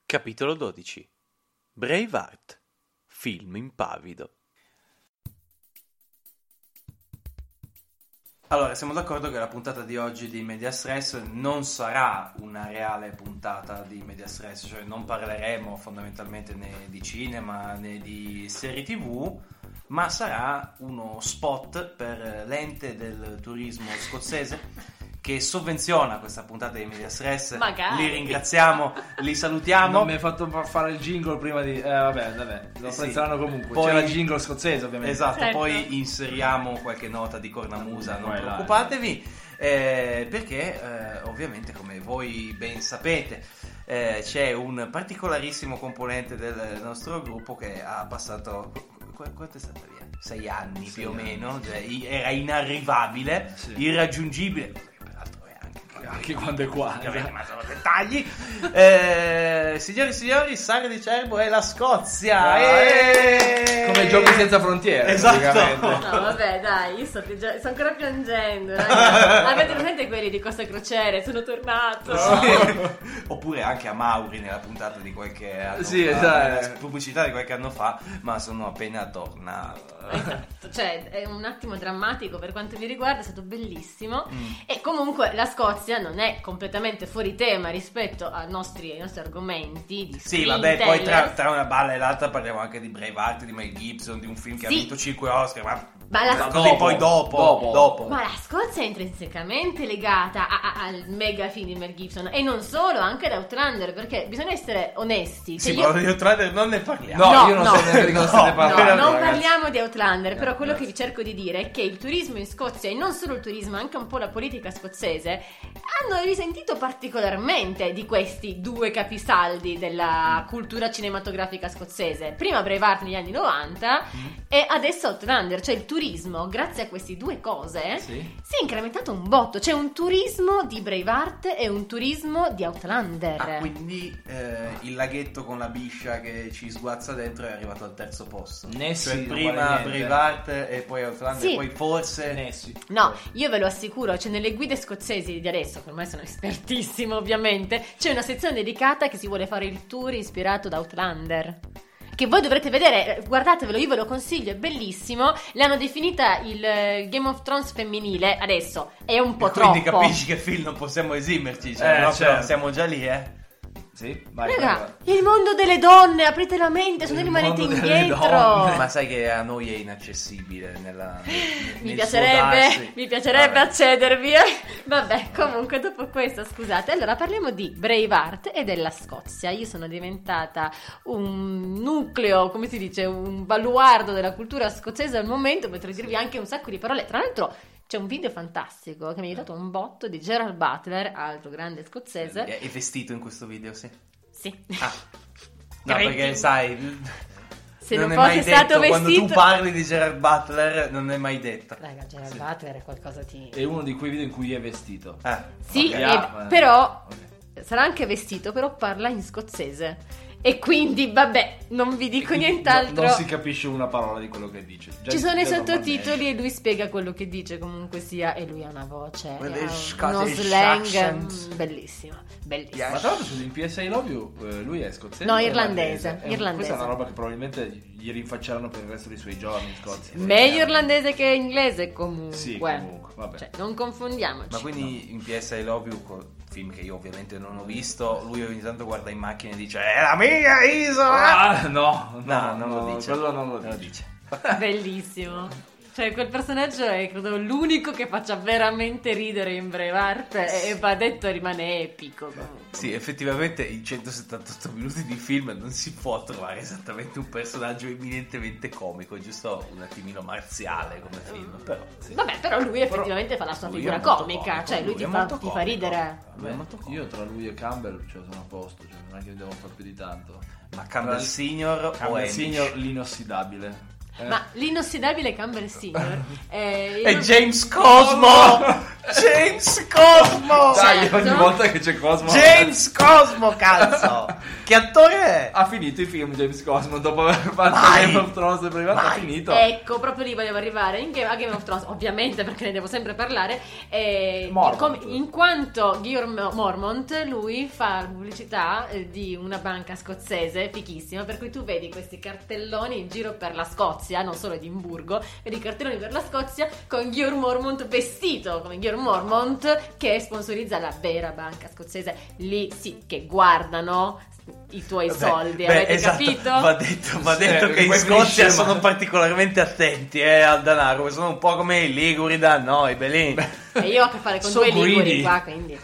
Capitolo 12. Braveheart. Film impavido. Allora, siamo d'accordo che la puntata di oggi di Media Stress non sarà una reale puntata di Media Stress, cioè non parleremo fondamentalmente né di cinema né di serie TV, ma sarà uno spot per l'ente del turismo scozzese che sovvenziona questa puntata di Media Stress. Magari. Li ringraziamo, li salutiamo. Non mi hai fatto fare il jingle prima di... vabbè, lo apprezzeranno comunque. Poi... C'era il jingle scozzese, ovviamente. Esatto, certo. Poi inseriamo qualche nota di cornamusa, non Vai là. preoccupatevi, perché ovviamente, come voi ben sapete, c'è un particolarissimo componente del nostro gruppo che ha passato... Quanto è stata via? 6 anni più o meno, cioè, era inarrivabile, Sì. irraggiungibile, peraltro è Anche quando è qua. ovviamente, ma sono dettagli. Signori e signori, Sara di Cerbo e la Scozia. Come i giochi senza frontiere. Esatto. praticamente. No, vabbè, dai, io sto ancora piangendo. Raga. Avete presente quelli di Costa Crociere? Sono tornato. Oppure anche a Mauri nella puntata di qualche anno Sì, fa, esatto. nella pubblicità di qualche anno fa, ma sono appena tornato. Esatto, cioè è un attimo drammatico per quanto mi riguarda, è stato bellissimo. E comunque la Scozia non è completamente fuori tema rispetto ai nostri argomenti di Sì, vabbè, poi screenteller. tra una balla e l'altra parliamo anche di Braveheart, di Mel Gibson, di un film che ha Sì. vinto 5 Oscar, Ma la così poi dopo. Ma la Scozia è intrinsecamente legata al mega film di Mel Gibson e non solo, anche ad Outlander, perché bisogna essere onesti. Sì, Cioè, ma di Outlander non ne parliamo. No, No, io non no. so neanche di cosa state No, parlando. No, non ragazzi. parliamo di Outlander, però quello grazie. che vi cerco di dire è che il turismo in Scozia, e non solo il turismo, anche un po' la politica scozzese, hanno risentito particolarmente di questi due capisaldi della cultura cinematografica scozzese. Prima Braveheart negli anni 90 e adesso Outlander, cioè il turismo, grazie a queste due cose, Sì. si è incrementato un botto. C'è un turismo di Braveheart e un turismo di Outlander. Ah, quindi il laghetto con la biscia che ci sguazza dentro è arrivato al terzo posto. Nessi, Cioè non prima vale niente. Braveheart e poi Outlander Sì. e poi forse... Nessi. No, io ve lo assicuro, cioè nelle guide scozzesi di adesso, che ormai sono espertissime ovviamente, c'è una sezione dedicata che si vuole fare il tour ispirato da Outlander. Che voi dovrete vedere, guardatevelo, io ve lo consiglio, è bellissimo. L'hanno definita il Game of Thrones femminile, adesso è un po' Quindi troppo. capisci che film non possiamo esimerci, cioè, no, certo. però siamo già lì, Sì, vai. Raga, il mondo delle donne, aprite la mente, se no Il rimanete mondo delle indietro. donne. Ma sai che a noi è inaccessibile Mi nel suo darsi. piacerebbe Vabbè. accedervi. Vabbè, comunque dopo questo, scusate. Allora parliamo di Braveheart e della Scozia. Io sono diventata un nucleo, come si dice, un baluardo della cultura scozzese al momento. Potrei dirvi anche un sacco di parole. Tra l'altro c'è un video fantastico che mi ha aiutato un botto di Gerald Butler, altro grande scozzese. È vestito in questo video, sì. Sì. Ah. No, Cretino. perché sai, Se non non è mai fosse stato detto, quando vestito... tu parli di Gerard Butler non è mai detto. Raga, Gerald Butler è qualcosa di... È uno di quei video in cui è vestito. Sì, Ok. però Ok. sarà anche vestito, però parla in scozzese. E quindi, vabbè, non vi dico nient'altro. Non si capisce una parola di quello che dice. Già- Ci sono i già sottotitoli normalmente. e lui spiega quello che dice, comunque sia, e lui ha una voce, With ha his uno Scottish slang accent. bellissimo, bellissimo. Yeah. Ma tra l'altro su In PS I Love You lui è scozzese? No, o irlandese, irlandese. Questa è una roba che probabilmente gli rinfacceranno per il resto dei suoi giorni in Scozia. Meglio irlandese che inglese, comunque. Sì, comunque, vabbè. Cioè, non confondiamoci. Ma quindi in PS I Love You, film che io ovviamente non ho visto, lui ogni tanto guarda in macchina e dice è la mia isola! Ah, no, non lo dice. Quello non lo Non lo dice. Bellissimo. Cioè, quel personaggio è credo l'unico che faccia veramente ridere in Braveheart e va detto rimane epico comunque. Sì, effettivamente in 178 minuti di film non si può trovare esattamente un personaggio eminentemente comico, è giusto un attimino marziale come film, però sì. Vabbè, però lui effettivamente fa la sua lui figura è molto comica, comico, cioè lui lui ti è fa, molto ti fa comico. ridere. Lui è molto comico. Io tra lui e Campbell sono a posto, non è che devo fare più di tanto. Ma Campbell Senior o Campbell Amish? Senior l'inossidabile. Ma l'inossidabile Campbell Senior È James Cosmo! James Cosmo! Dai, Certo. ogni volta che c'è Cosmo. James Cosmo, cazzo! Che attore è? Ha finito i film James Cosmo dopo aver fatto Mai! Game of Thrones e prima ha finito. Ecco, proprio lì volevo arrivare a Game of Thrones, ovviamente perché ne devo sempre parlare. Mormont. In quanto Guillermo Mormont, lui fa pubblicità di una banca scozzese fichissima, per cui tu vedi questi cartelloni in giro per la Scozia, non solo Edimburgo, vedi cartelloni per la Scozia con Guillermo Mormont vestito come Guillermo Mormont, che sponsorizza la vera banca scozzese. Lì sì che guardano i tuoi soldi, avete esatto. capito? Va detto che in quei Scozia cliché, sono ma- particolarmente attenti al denaro, sono un po' come i liguri da noi, belli. E io ho a che fare con So due liguri greedy. qua, quindi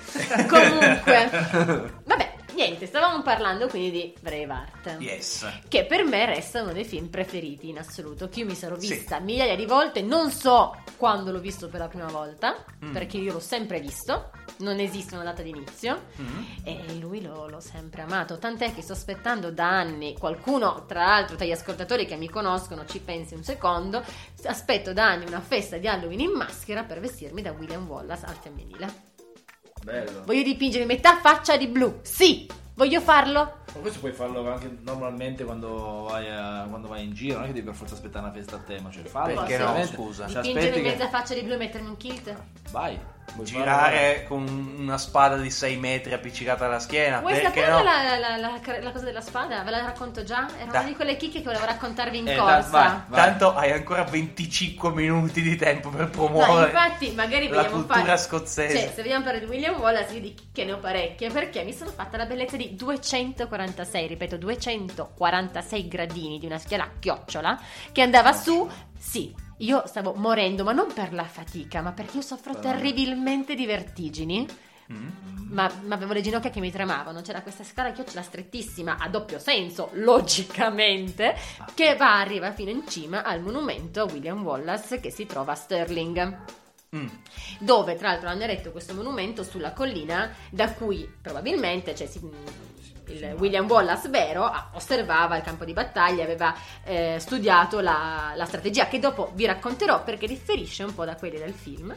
comunque vabbè, niente, stavamo parlando quindi di Braveheart, Yes. che per me resta uno dei film preferiti in assoluto, che io mi sarò Sì. vista migliaia di volte, non so quando l'ho visto per la prima volta, perché io l'ho sempre visto, non esiste una data di inizio, e lui l'ho sempre amato, tant'è che sto aspettando da anni, qualcuno tra l'altro tra gli ascoltatori che mi conoscono ci pensi un secondo, aspetto da anni una festa di Halloween in maschera per vestirmi da William Wallace al femminile. Bello. Voglio dipingere metà faccia di blu, sì, voglio farlo. Ma questo puoi farlo anche normalmente quando vai in giro, non è che devi per forza aspettare una festa a tema, cioè fallo. Perché no, veramente. scusa? Cioè, Dipingere aspetti mezza che... faccia di blu e mettermi un kilt. Vai. Vuoi Girare con una spada di 6 metri appiccicata alla schiena, Vuoi perché sapere no? la cosa della spada? Ve la racconto già? Era una Dai. di quelle chicche che volevo raccontarvi in Vai, corsa. vai. Tanto hai ancora 25 minuti di tempo per No, promuovere infatti, magari la vogliamo cultura fare. scozzese. Cioè, se vogliamo parlare di William Wallace, io di chicche ne ho parecchie. Perché mi sono fatta la bellezza di 246, ripeto, 246 gradini di una schiena a chiocciola che andava su. Sì, io stavo morendo, ma non per la fatica, ma perché io soffro terribilmente di vertigini. Ma avevo le ginocchia che mi tremavano. C'era questa scala a chiocciola strettissima, a doppio senso, logicamente, che arriva fino in cima al monumento a William Wallace che si trova a Stirling. Dove tra l'altro hanno eretto questo monumento sulla collina da cui probabilmente il William Wallace vero osservava il campo di battaglia, aveva studiato la strategia, che dopo vi racconterò perché differisce un po' da quelli del film.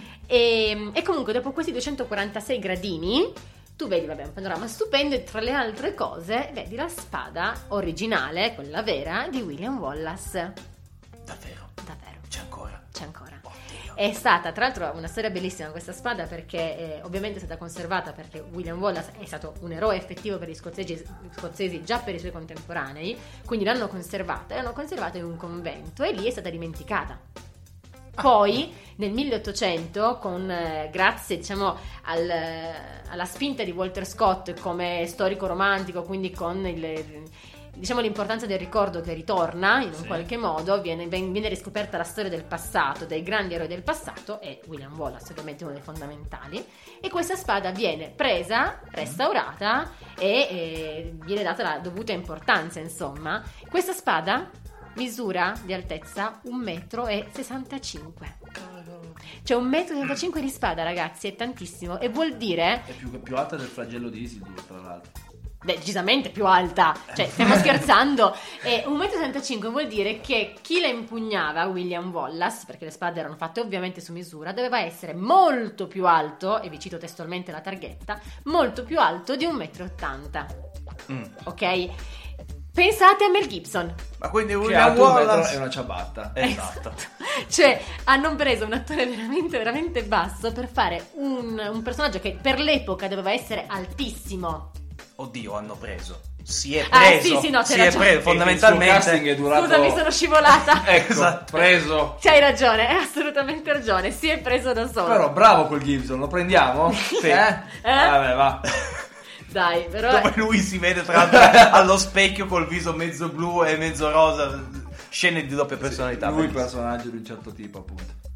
E comunque dopo questi 246 gradini tu vedi, vabbè, un panorama stupendo e tra le altre cose vedi la spada originale, quella vera, di William Wallace. Davvero? C'è ancora. Oddio. È stata tra l'altro una storia bellissima questa spada, perché ovviamente è stata conservata perché William Wallace è stato un eroe effettivo per gli scozzesi già per i suoi contemporanei, quindi l'hanno conservata in un convento e lì è stata dimenticata. Poi nel 1800 grazie diciamo alla spinta di Walter Scott come storico romantico, quindi con l'importanza del ricordo che ritorna in un qualche modo, viene riscoperta la storia del passato, dei grandi eroi del passato, e William Wallace ovviamente uno dei fondamentali, e questa spada viene presa, restaurata e viene data la dovuta importanza. Insomma, questa spada misura di altezza 1,65 m. Cioè 1,65 m di spada, ragazzi, è tantissimo, e vuol dire È più alta del flagello di Isildur, tra l'altro. decisamente più alta, cioè stiamo scherzando. E 1,65 m vuol dire che chi la impugnava, William Wallace, perché le spade erano fatte ovviamente su misura, doveva essere molto più alto, e vi cito testualmente la targhetta, molto più alto di 1,80 m. Ok? Pensate a Mel Gibson. Ma quindi Che William alto un metro Wallace e una ciabatta. Esatto. Cioè, hanno preso un attore veramente, veramente basso per fare un personaggio che per l'epoca doveva essere altissimo. Oddio, hanno preso. Si è preso. sì, no, c'è si è ragione. preso. Fondamentalmente il suo casting Fondamentalmente è durato... Scusa, mi sono scivolata. Ecco, Esatto. preso. C'hai ragione, hai assolutamente ragione. Si è preso da solo. Però bravo quel Gibson, lo prendiamo? Sì. Vabbè, va. Dai, però dove lui si vede tra l'altro allo specchio col viso mezzo blu e mezzo rosa. Scene di doppia personalità. Lui bellissime. personaggio di un certo tipo, appunto.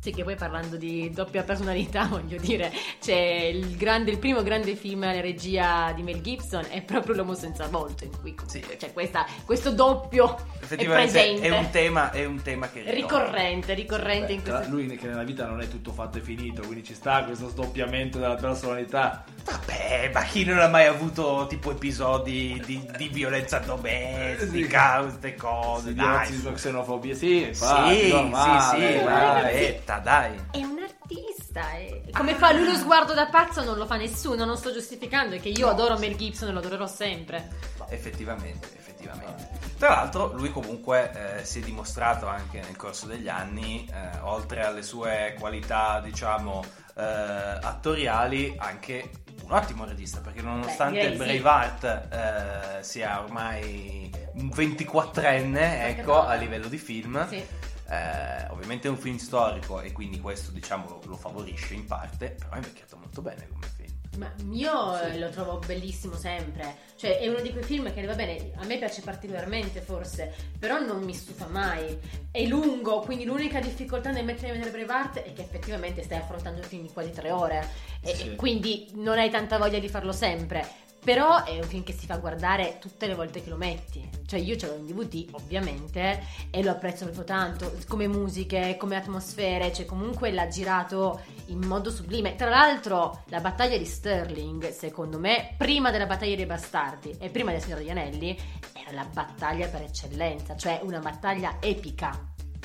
Sì, che poi parlando di doppia personalità, voglio dire, c'è il primo grande film alla regia di Mel Gibson è proprio L'uomo senza volto, in cui Sì. c'è questo doppio Effettivamente è presente. è un tema che ricorrente in Beh, questo. lui che nella vita non è tutto fatto e finito, quindi ci sta questo sdoppiamento della personalità. Vabbè, ma chi non ha mai avuto tipo episodi di violenza domestica, queste cose, dai. Di xenofobia, sì, infatti, Sì, normale, sì, dai. dai. È un artista, come fa lui lo sguardo da pazzo non lo fa nessuno, non sto giustificando, è che io adoro Mel Gibson e lo adorerò sempre. Effettivamente. Tra l'altro lui comunque si è dimostrato anche nel corso degli anni, oltre alle sue qualità diciamo attoriali, anche un ottimo regista, perché nonostante direi sì. Braveheart sia ormai un 24enne, ecco, a livello di film, Sì. ovviamente è un film storico e quindi questo diciamo lo favorisce in parte, però è invecchiato molto bene come film. Ma io lo trovo bellissimo sempre, cioè è uno di quei film che va bene, a me piace particolarmente forse, però non mi stufa mai, è lungo, quindi l'unica difficoltà nel mettermi a vedere Braveheart è che effettivamente stai affrontando un film di quasi 3 ore e quindi non hai tanta voglia di farlo sempre, però è un film che si fa guardare tutte le volte che lo metti, cioè io ce l'ho in DVD ovviamente e lo apprezzo proprio tanto, come musiche, come atmosfere, cioè comunque l'ha girato in modo sublime. Tra l'altro la battaglia di Stirling, secondo me, prima della battaglia dei bastardi e prima del Signore degli Anelli, era la battaglia per eccellenza, cioè una battaglia epica.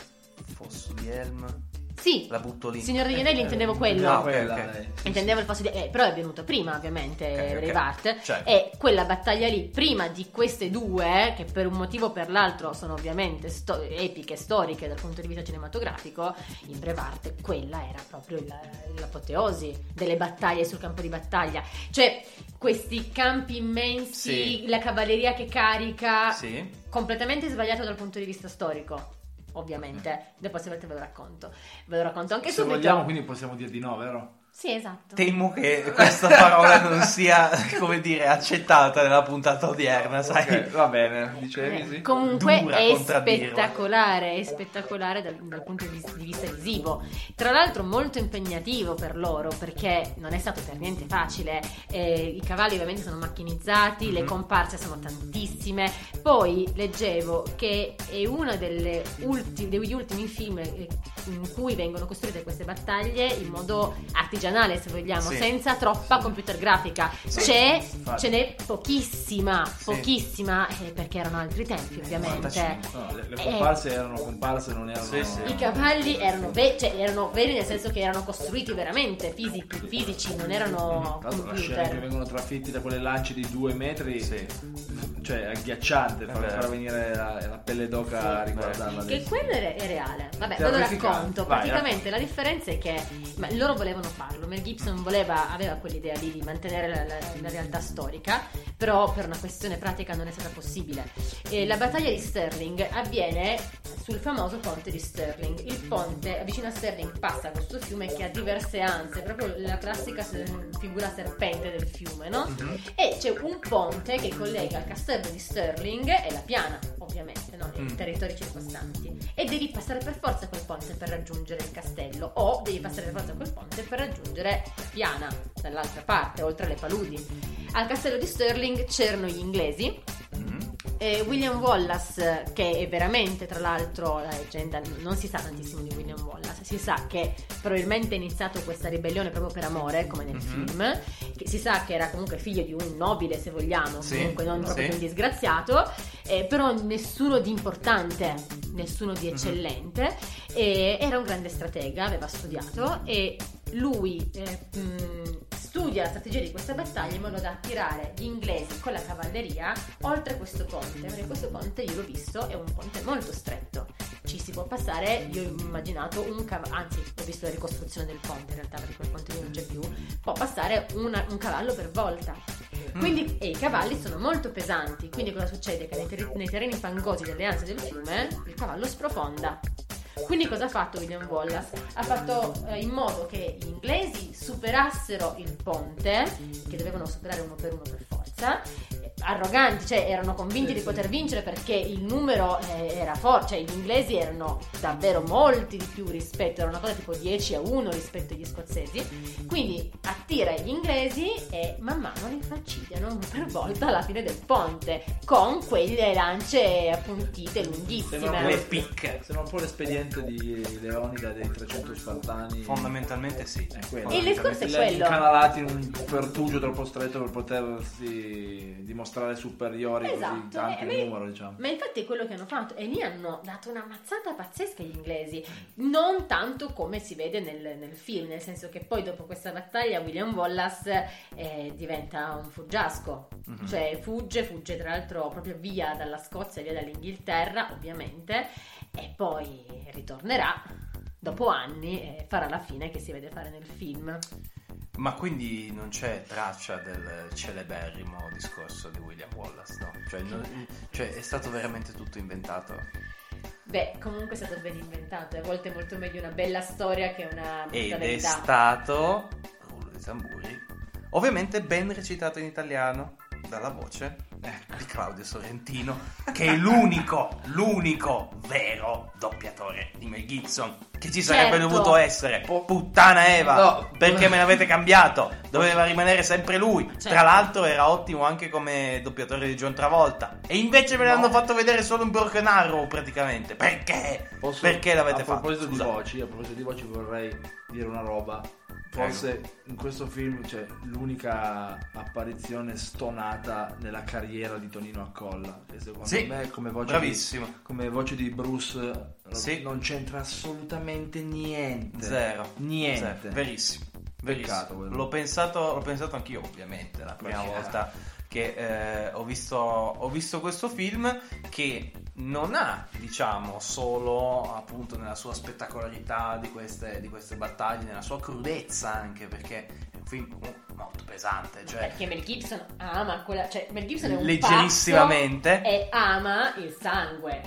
Fosso di Helm. Sì, La butto lì. Signore degli Anelli intendevo quello. No, Quella, ok. dai. Intendevo il fosso di... però è venuto prima ovviamente Ok. Braveheart, Certo. e quella battaglia lì prima di queste due che per un motivo o per l'altro sono ovviamente epiche, storiche dal punto di vista cinematografico, in Braveheart quella era proprio l'apoteosi delle battaglie sul campo di battaglia, cioè questi campi immensi, Sì. la cavalleria che carica, Sì. completamente sbagliato dal punto di vista storico. Ovviamente, dopo se volete ve lo racconto anche Se subito. vogliamo, quindi possiamo dir di no, vero? Sì, esatto. Temo che questa parola non sia, come dire, accettata nella puntata odierna, sai? Ok, va bene, dicevi sì. Comunque Dura è contraddirla. spettacolare dal punto di vista visivo. Tra l'altro molto impegnativo per loro, perché non è stato per niente facile. I cavalli ovviamente sono macchinizzati, le comparse sono tantissime. Poi leggevo che è uno degli ultimi film in cui vengono costruite queste battaglie in modo artigianale, se vogliamo, Sì. senza troppa computer grafica. Ce n'è pochissima, perché erano altri tempi ovviamente. No, le comparse erano comparse, non erano... Sì, sì. I cavalli erano veri nel senso che erano costruiti veramente fisici, non erano Tra l'altro la scena che computer. vengono trafitti da quelle lance di 2 metri, Sì. cioè agghiacciante, vero. far venire la pelle d'oca a riguardarla Che adesso. quello è reale. Vabbè, ve lo Terrificante. racconto. Vai, Praticamente la differenza è che loro volevano farlo. Mel Gibson aveva quell'idea lì di mantenere la realtà storica, però per una questione pratica non è stata possibile. La battaglia di Stirling avviene sul famoso ponte di Stirling. Il ponte vicino a Stirling passa questo fiume che ha diverse anse, proprio la classica figura serpente del fiume, no? E c'è un ponte che collega il castello di Stirling e la piana, ovviamente, no? I territori circostanti. E devi passare per forza quel ponte per raggiungere il castello, o devi passare per forza quel ponte per raggiungere la piana dall'altra parte, oltre le paludi. Al castello di Stirling c'erano gli inglesi. William Wallace, che è veramente, tra l'altro, la leggenda, non si sa tantissimo di William Wallace, si sa che probabilmente è iniziato questa ribellione proprio per amore, come nel film, che si sa che era comunque figlio di un nobile, se vogliamo, Sì, comunque non proprio sì. un disgraziato, però nessuno di importante, nessuno di eccellente, era un grande stratega, aveva studiato e lui studia la strategia di questa battaglia in modo da attirare gli inglesi con la cavalleria oltre questo ponte, perché questo ponte io l'ho visto, è un ponte molto stretto, ci si può passare, io ho immaginato anzi ho visto la ricostruzione del ponte in realtà, perché quel ponte non c'è più, può passare un cavallo per volta. Quindi, e i cavalli sono molto pesanti, quindi cosa succede? Che nei terreni fangosi delle anse del fiume il cavallo sprofonda. Quindi cosa ha fatto William Wallace? Ha fatto in modo che gli inglesi superassero il ponte, che dovevano superare uno per forza, arroganti, cioè erano convinti di poter vincere perché il numero era forte, cioè gli inglesi erano davvero molti di più rispetto, era una cosa tipo 10-1 rispetto agli scozzesi, quindi attira gli inglesi e man mano li falcidiano uno per volta alla fine del ponte con quelle lance appuntite lunghissime. Le picche. Sembra un po' l'espediente di Leonida dei 300 Spartani. Fondamentalmente sì. E il discorso è quello. Incanalati in un pertugio troppo stretto per potersi dimostrare superiori così tanto in numero, diciamo. Ma infatti è quello che hanno fatto e lì hanno dato una mazzata pazzesca agli inglesi, non tanto come si vede nel film, nel senso che poi dopo questa battaglia William Wallace diventa un fuggiasco, cioè fugge tra l'altro proprio via dalla Scozia, via dall'Inghilterra ovviamente, e poi ritornerà dopo anni e farà la fine che si vede fare nel film. Ma quindi non c'è traccia del celeberrimo discorso di William Wallace, no? Cioè è stato veramente tutto inventato. Beh, comunque è stato ben inventato, a volte è molto meglio una bella storia che una brutta Ed è verità. stato, rullo di tamburi, ovviamente ben recitato in italiano dalla voce di Claudio Sorrentino, che è l'unico vero doppiatore di Mel Gibson che ci sarebbe Certo. dovuto essere. Puttana Eva, No. perché me l'avete cambiato? Doveva rimanere sempre lui. Certo. Tra l'altro era ottimo anche come doppiatore di John Travolta, e invece me l'hanno fatto vedere solo in Broken Arrow praticamente. Perché? Perché l'avete fatto? A Scusa. proposito di voci vorrei dire una roba. Forse in questo film c'è l'unica apparizione stonata nella carriera di Tonino Accolla, che secondo Sì, me bravissimo. come voce di Bruce Sì. non c'entra assolutamente niente. Zero. Niente. Zero. Verissimo. Peccato quello. L'ho pensato anch'io, ovviamente, la prima volta che ho visto questo film, che non ha, diciamo, solo appunto nella sua spettacolarità di queste battaglie, nella sua crudezza anche, perché è un film molto pesante, cioè Perché Mel Gibson ama quella, cioè Mel Gibson è un leggerissimamente pazzo e ama il sangue,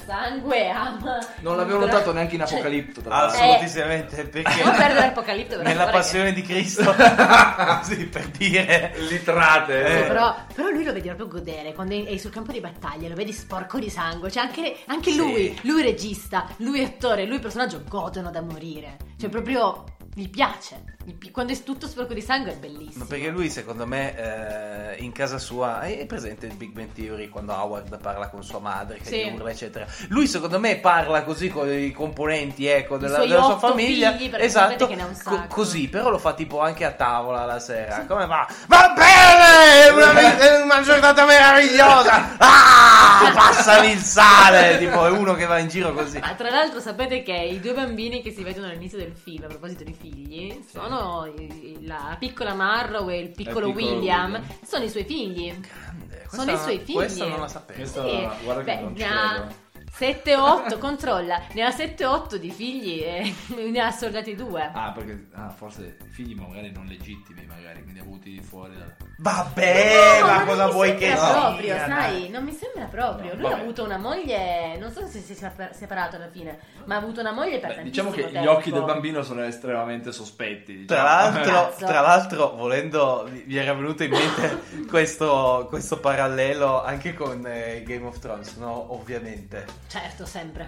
ama Non l'avevo notato neanche in Apocalipto, tra l'altro. assolutissimamente, perché non perdere Apocalipto però nella guarda Passione di Cristo sì, per dire Litrate. che- però lui lo vedi proprio godere quando è sul campo di battaglia, lo vedi sporco di sangue, cioè anche Sì. lui regista, lui attore, lui personaggio godono da morire, cioè proprio gli piace. Quando è tutto sporco di sangue è bellissimo. Ma perché lui, secondo me, in casa sua, è presente il Big Bang Theory quando Howard parla con sua madre, che Sì. gli urla, eccetera. Lui, secondo me, parla così con i componenti, ecco, della suoi sua 8 famiglia. figli, perché Esatto, sapete che ne ha un sacco. così, però lo fa tipo anche a tavola la sera. Come va? Va bene! È una giornata meravigliosa! Ah! Passami il sale! Tipo, è uno che va in giro così. Ah, tra l'altro sapete che i due bambini che si vedono all'inizio del film, a proposito di figli, sono la piccola Marrow e il piccolo William, sono i suoi figli. Sono i suoi figli. Questa non la sapevo. Questa Sì. guarda che Beh, non ne ci ha credo. 7-8, controlla, ne ha 7-8 di figli e ne ha soldati 2. Perché forse figli magari non legittimi, magari, quindi avuti fuori da... Vabbè, ma non cosa mi vuoi che sembra sia? proprio, sai, non mi sembra proprio. No, Lui ha vabbè. avuto una moglie, non so se si è separato alla fine, ma ha avuto una moglie per Diciamo che tantissimo gli occhi tempo. del bambino sono estremamente sospetti, Tra diciamo. l'altro, volendo, mi era venuto in mente questo parallelo anche con Game of Thrones, no? Ovviamente. Certo, sempre.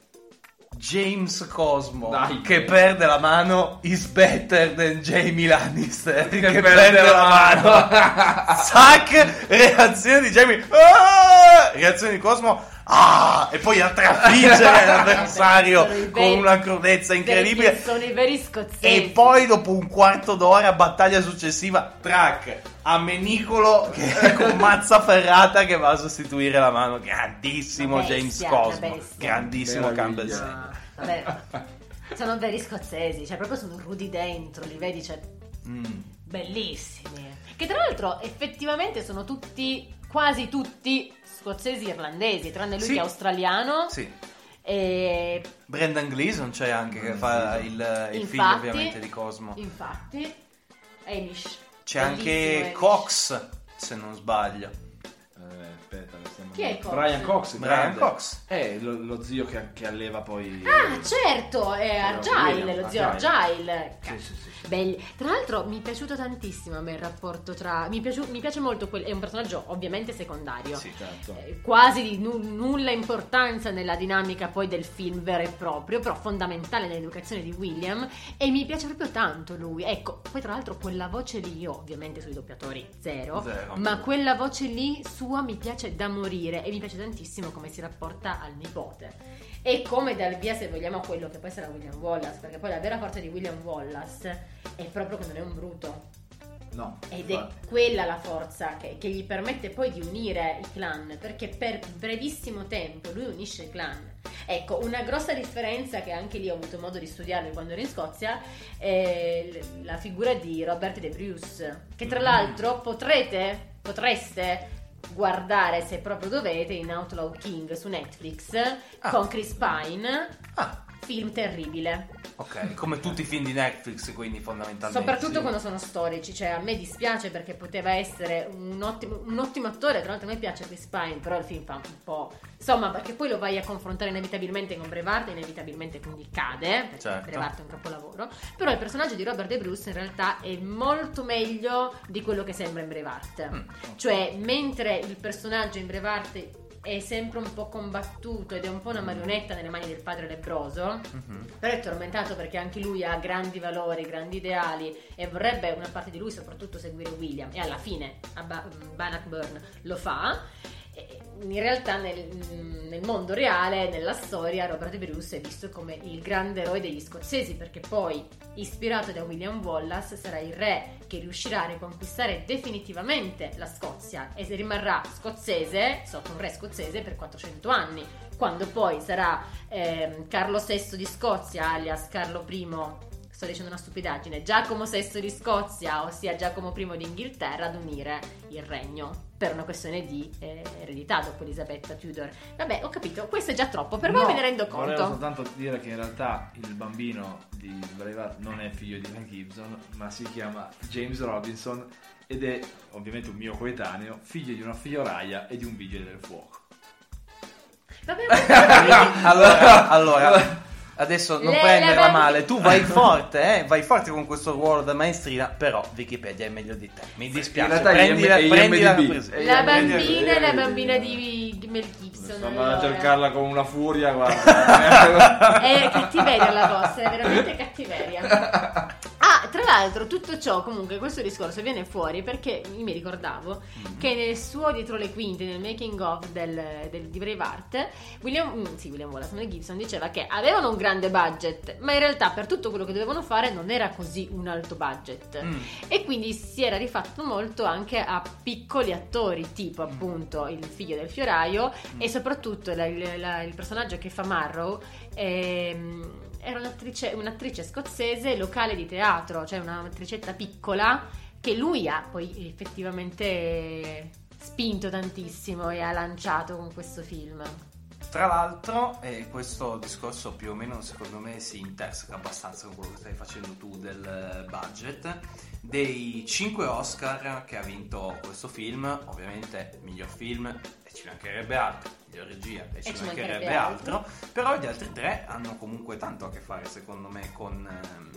James Cosmo, Dai. che perde la mano, is better than Jamie Lannister, che perde perde la la mano. Zack, reazione di Jamie, reazione di Cosmo, e poi a trafiggere l'avversario Sono i con veri- una crudezza incredibile. Perché sono i veri scozzesi. E poi dopo un quarto d'ora, battaglia successiva, track a Menicolo che con mazza ferrata che va a sostituire la mano. Grandissimo Una James bestia, Cosmo, una bestia. grandissimo Campbell Meraviglia. Senior. Vabbè, sono veri scozzesi, cioè proprio sono rudi dentro, li vedi, cioè bellissimi. Che tra l'altro effettivamente sono tutti, quasi tutti scozzesi irlandesi, tranne lui Sì. che è australiano. Sì. E Brendan Gleeson c'è anche che fa il figlio infatti- ovviamente di Cosmo. infatti Hamish. C'è anche Bellissimo Hamish. Cox, se non sbaglio. Aspetta, che stiamo Chi è Cox? Brian Cox. Brian grande. Cox. È lo zio che alleva poi... Ah, certo, è Argyle, William, lo zio Argyle. Sì. Belli. Tra l'altro mi è piaciuto tantissimo a me il rapporto tra... Mi piace molto, è un personaggio ovviamente secondario. Sì, certo. Quasi di nulla importanza nella dinamica poi del film vero e proprio, però fondamentale nell'educazione di William, e mi piace proprio tanto lui. Ecco, poi tra l'altro quella voce lì, io ovviamente sui doppiatori zero, ma quella voce lì sua mi piace da morire, e mi piace tantissimo come si rapporta al nipote e come dà il via, se vogliamo, a quello che poi sarà William Wallace, perché poi la vera forza di William Wallace è proprio che non è un bruto. No, Ed è quella la forza che gli permette poi di unire i clan, perché per brevissimo tempo lui unisce i clan. Ecco, una grossa differenza che anche lì ho avuto modo di studiare quando ero in Scozia è la figura di Robert De Bruce, che tra l'altro potreste guardare, se proprio dovete, in Outlaw King su Netflix con Chris Pine. Film terribile. Ok, come tutti i film di Netflix, quindi fondamentalmente. Soprattutto quando sono storici, cioè a me dispiace perché poteva essere un ottimo attore, tra l'altro a me piace Chris Pine, però il film fa un po'... Insomma, perché poi lo vai a confrontare inevitabilmente con Braveheart, inevitabilmente quindi cade, perché certo. Braveheart è un capolavoro, però il personaggio di Robert De Bruce in realtà è molto meglio di quello che sembra in Braveheart. Cioè, mentre il personaggio in Braveheart è sempre un po' combattuto ed è un po' una marionetta nelle mani del padre lebbroso, però è tormentato perché anche lui ha grandi valori, grandi ideali, e vorrebbe una parte di lui soprattutto seguire William, e alla fine a Bannockburn lo fa. In realtà nel mondo reale, nella storia, Robert Bruce è visto come il grande eroe degli scozzesi, perché poi, ispirato da William Wallace, sarà il re che riuscirà a riconquistare definitivamente la Scozia e rimarrà scozzese, sotto un re scozzese, per 400 anni, quando poi sarà Carlo VI di Scozia, alias Carlo I, sto dicendo una stupidaggine, Giacomo VI di Scozia, ossia Giacomo I di Inghilterra, ad unire il regno per una questione di eredità dopo Elisabetta Tudor. Vabbè, ho capito, questo è già troppo, per voi me ne rendo conto. Volevo soltanto dire che in realtà il bambino di Braveheart non è figlio di Mel Gibson, ma si chiama James Robinson ed è ovviamente un mio coetaneo, figlio di una figlioraia e di un vigile del fuoco. Vabbè, allora adesso non prenderla male, tu vai forte con questo ruolo da maestrina, però Wikipedia è meglio di te, mi dispiace, prendila la bambina di Mel Gibson, sto andando a cercarla con una furia, guarda. È cattiveria la vostra, è veramente cattiveria. Tra l'altro tutto ciò, comunque, questo discorso viene fuori perché io mi ricordavo che nel suo dietro le quinte, nel making of di Braveheart, William Wallace, Mel Gibson diceva che avevano un grande budget, ma in realtà per tutto quello che dovevano fare non era così un alto budget, e quindi si era rifatto molto anche a piccoli attori, tipo appunto il figlio del fioraio e soprattutto il personaggio che fa Marrow. Era un'attrice scozzese locale di teatro, cioè un'attricetta piccola che lui ha poi effettivamente spinto tantissimo e ha lanciato con questo film. Tra l'altro, questo discorso più o meno secondo me si interseca abbastanza con quello che stai facendo tu del budget. Dei 5 Oscar che ha vinto questo film, ovviamente miglior film, e ci mancherebbe altro, miglior regia, e ci mancherebbe altro, però gli altri 3 hanno comunque tanto a che fare secondo me con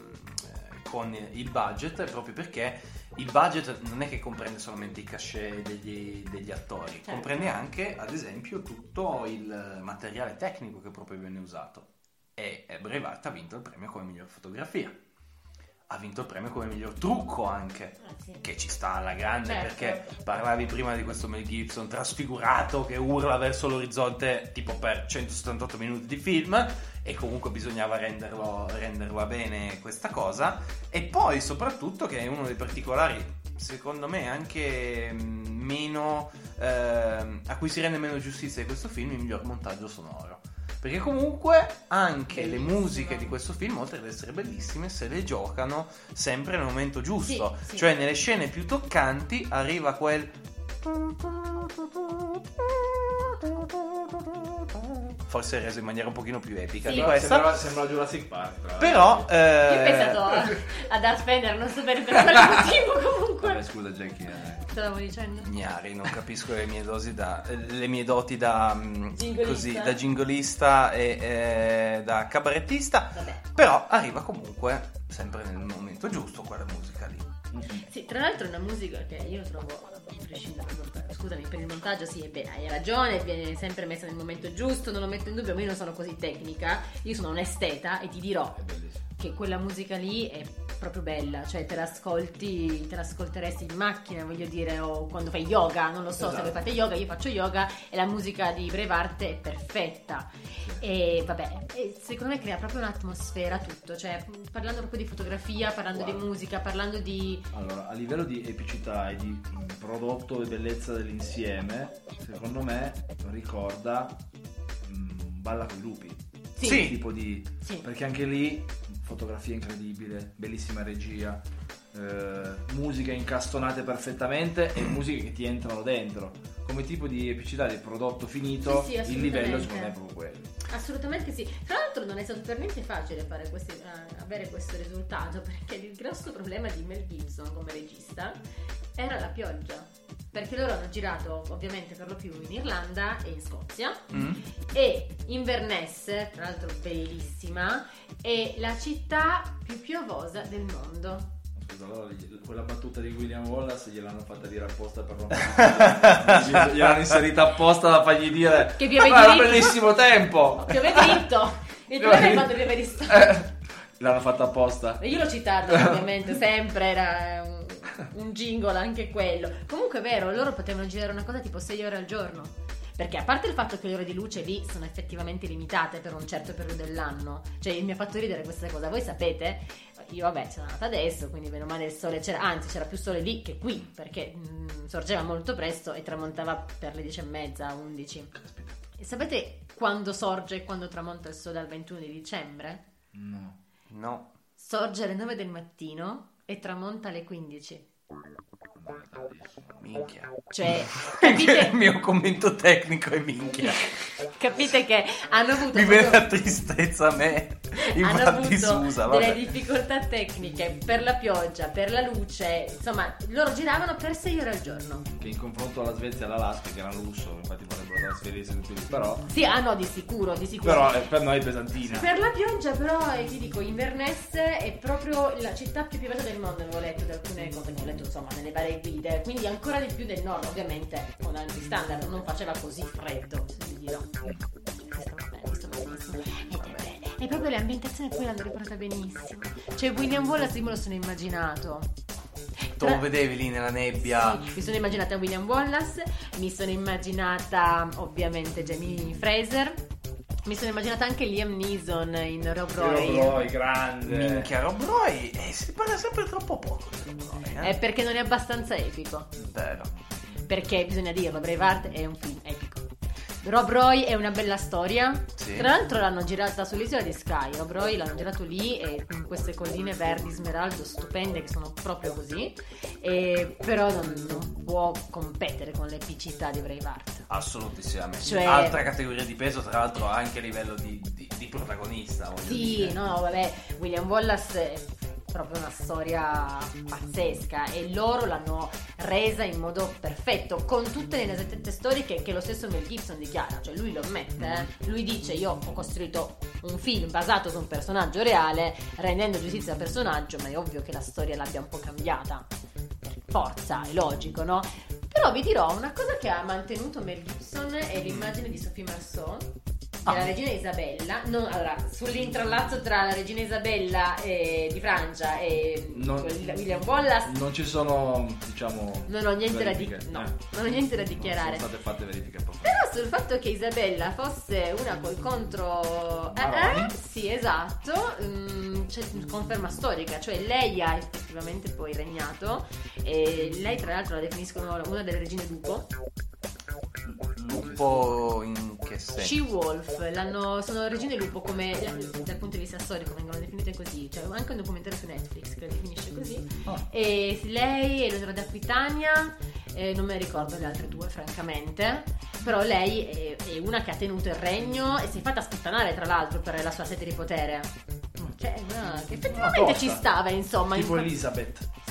il budget, proprio perché il budget non è che comprende solamente i cachet degli attori, certo. Comprende anche, ad esempio, tutto il materiale tecnico che proprio viene usato. E Braveheart ha vinto il premio come miglior fotografia, ha vinto il premio come miglior trucco anche, sì. Che ci sta alla grande, certo. Perché parlavi prima di questo Mel Gibson trasfigurato che urla verso l'orizzonte tipo per 178 minuti di film, e comunque bisognava renderlo bene questa cosa. E poi soprattutto, che è uno dei particolari secondo me anche meno a cui si rende meno giustizia di questo film, il miglior montaggio sonoro, perché comunque anche le musiche di questo film, oltre ad essere bellissime, se le giocano sempre nel momento giusto, sì. Cioè nelle scene più toccanti arriva quel forse reso in maniera un pochino più epica, sì. Di questa sembra Jurassic Park, però io ho pensato a Darth Vader, non so per quale motivo, comunque. Vabbè, scusa Jackie, stavamo dicendo? Ignari, non capisco le mie doti da Gingolista. così, da gingolista e da cabarettista. Vabbè. Però arriva comunque sempre nel momento giusto quella musica lì. Sì, tra l'altro è una musica che io trovo, scusami, per il montaggio sì, hai ragione, viene sempre messa nel momento giusto, non lo metto in dubbio, ma io non sono così tecnica, io sono un esteta e ti dirò che quella musica lì è proprio bella, cioè te l'ascolteresti in macchina, voglio dire, o quando fai yoga, non lo so, se voi fate yoga, io faccio yoga e la musica di Braveheart è perfetta e vabbè, secondo me crea proprio un'atmosfera tutto, cioè parlando proprio di fotografia, parlando di musica, parlando di... Allora, a livello di epicità e di prodotto e bellezza dell'insieme, secondo me ricorda Balla coi lupi. Sì. Tipo di... Sì. Perché anche lì fotografia incredibile, bellissima regia, musiche incastonate perfettamente e musiche che ti entrano dentro. Come tipo di epicità del prodotto finito, Sì, il livello secondo me è proprio quello. Assolutamente sì. Tra l'altro non è stato per niente facile fare avere questo risultato, perché il grosso problema di Mel Gibson come regista era la pioggia. Perché loro hanno girato ovviamente per lo più in Irlanda e in Scozia e Inverness, tra l'altro bellissima, è la città più piovosa del mondo. Scusa, allora quella battuta di William Wallace gliel'hanno fatta dire apposta per non gliel'hanno inserita apposta da fargli dire che piove era dritto. bellissimo tempo, Piove dritto. Il problema è quando piove di l'hanno fatta apposta. Io l'ho citato ovviamente sempre, era un jingle anche quello. Comunque è vero, loro potevano girare una cosa tipo 6 ore al giorno, perché a parte il fatto che le ore di luce lì sono effettivamente limitate per un certo periodo dell'anno, cioè mi ha fatto ridere questa cosa. Voi sapete, io vabbè sono nata adesso, quindi meno male il sole c'era, anzi c'era più sole lì che qui, perché sorgeva molto presto e tramontava per le 10:30, 11. E sapete quando sorge e quando tramonta il sole al 21 di dicembre? No. Sorge alle 9 del mattino e tramonta alle 15. Minchia. Cioè, Il capite, mio commento tecnico è minchia. capite che hanno avuto Mi viene proprio- la tristezza a me. hanno Infatti avuto scusa, delle vabbè. difficoltà tecniche per la pioggia, per la luce, insomma, loro giravano per 6 ore al giorno. Che in confronto alla Svezia e all'Alaska, che era lusso, infatti vorrebbero trasferirsi tutti lì, però Sì, no, di sicuro. però per noi è pesantina. Per la pioggia però, ti dico, Inverness è proprio la città più piovosa del mondo, avevo letto da alcune cose che ho letto insomma nelle varie guide, quindi ancora di più del nord, ovviamente con altri standard, non faceva così freddo, se vi dirò. Questo va benissimo. E proprio le ambientazioni poi l'hanno riportata benissimo. Cioè William Wallace io me lo sono immaginato. Tu lo vedevi lì nella nebbia. Sì, mi sono immaginata William Wallace, mi sono immaginata ovviamente Jamie Fraser, mi sono immaginata anche Liam Neeson in Rob Roy. Grande. Minchia, Rob Roy si parla sempre troppo poco di Rob Roy, È perché non è abbastanza epico. Vero. Perché bisogna dirlo, Braveheart è un film epico. Rob Roy è una bella storia. Sì. Tra l'altro l'hanno girata sull'isola di Skye. Rob Roy l'hanno girato lì e in queste colline verdi smeraldo stupende che sono proprio così. Però non può competere con l'epicità di Braveheart. Assolutissimamente. Cioè- Altra categoria di peso, tra l'altro anche a livello di protagonista. Voglio Sì, dire. no, vabbè, William Wallace è proprio una storia pazzesca e loro l'hanno resa in modo perfetto, con tutte le inesattezze storiche che lo stesso Mel Gibson dichiara, cioè lui lo ammette, lui dice io ho costruito un film basato su un personaggio reale, rendendo giustizia al personaggio, ma è ovvio che la storia l'abbia un po' cambiata, per forza, è logico, no? Però vi dirò, una cosa che ha mantenuto Mel Gibson è l'immagine di Sophie Marceau, della regina Isabella. Allora, sull'intrallazzo tra la regina Isabella di Francia e William Wallace Non ci sono, diciamo, non ho niente verifiche. non ho niente da dichiarare. Sono state fatte verifiche approfondite. Però sul fatto che Isabella fosse una col contro Maroni. sì, esatto, c'è conferma storica, cioè lei ha effettivamente poi regnato e lei tra l'altro la definiscono una delle regine lupo. Lupo in che senso? She-Wolf, sono regine lupo come dal punto di vista storico vengono definite così, cioè anche un documentario su Netflix che le definisce così. E lei è l'Elisabetta d'Aquitania, non me ne ricordo le altre due francamente, però lei è una che ha tenuto il regno e si è fatta sputtanare tra l'altro per la sua sete di potere, cioè una che effettivamente tosta. ci stava insomma Tipo in... Elizabeth.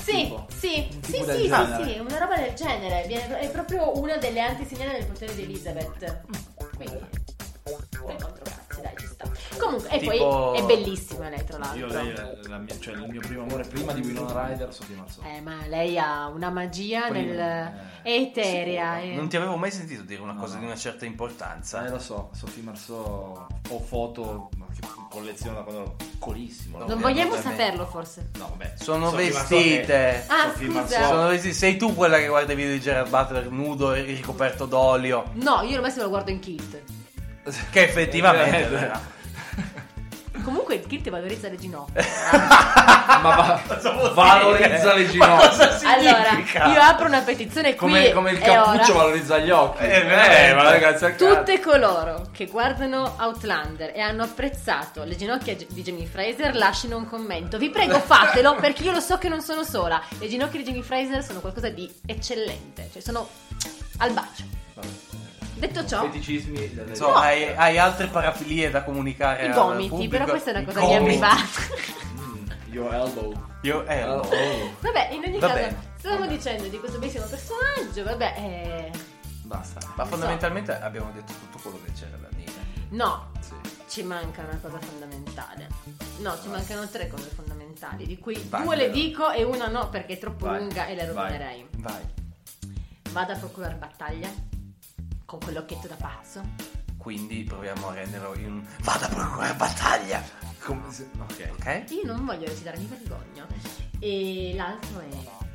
Sì, sì, Un sì, tipo sì, del sì, genere. sì, una roba del genere. È proprio una delle antesignane del potere di Elizabeth. Quindi, le controversie, dai, ci sta. Comunque, e Tipo- poi è bellissima lei, tra Io l'altro. lei è cioè il mio primo amore prima di Winona Ryder, Sophie Marceau. Ma lei ha una magia Prima, è eterea. Sicuro. Non ti avevo mai sentito dire una No, cosa no. di una certa importanza. Lo so, Sophie Marceau, ho foto che colleziono da quando ero piccolissimo. Non vogliamo ovviamente. saperlo, forse. No, vabbè. Sono Sophie Marceau vestite. Ah, Sophie scusa. Marceau. Sono vestite. Sei tu quella che guarda i video di Gerard Butler nudo e ricoperto d'olio. No, io al massimo lo guardo in kit. Che effettivamente Eh, vera. Comunque il kit valorizza le ginocchia. Ma valorizza le ginocchia. Cosa Allora, significa? io apro una petizione qui Come il e cappuccio ora. valorizza gli occhi. veramente. Ma ragazzi, a caso. Tutte coloro che guardano Outlander e hanno apprezzato le ginocchia di Jamie Fraser lasciano un commento. Vi prego, fatelo perché io lo so che non sono sola. Le ginocchia di Jamie Fraser sono qualcosa di eccellente, cioè sono al bacio. Detto ciò, Feticismi delle... So, hai altre parafilie da comunicare i al gomiti, pubblico? però questa è una I cosa di gomiti. privata. Your elbow. Io Vabbè, in ogni Va caso, bene. stavamo dicendo di questo bellissimo personaggio, vabbè, basta. Ma fondamentalmente abbiamo detto tutto quello che c'era da dire. no, Sì. ci manca una cosa fondamentale. No, ci mancano 3 cose fondamentali, di cui Vai, 2 le però. dico e una no perché è troppo Vai, lunga e la vai. rovinerei. Vai. Vado a procurare battaglia con quell'occhietto da pazzo. Quindi proviamo a renderlo in vada a procurare battaglia. Ok. Ok? Io non voglio recitare, mi vergogno. E l'altro è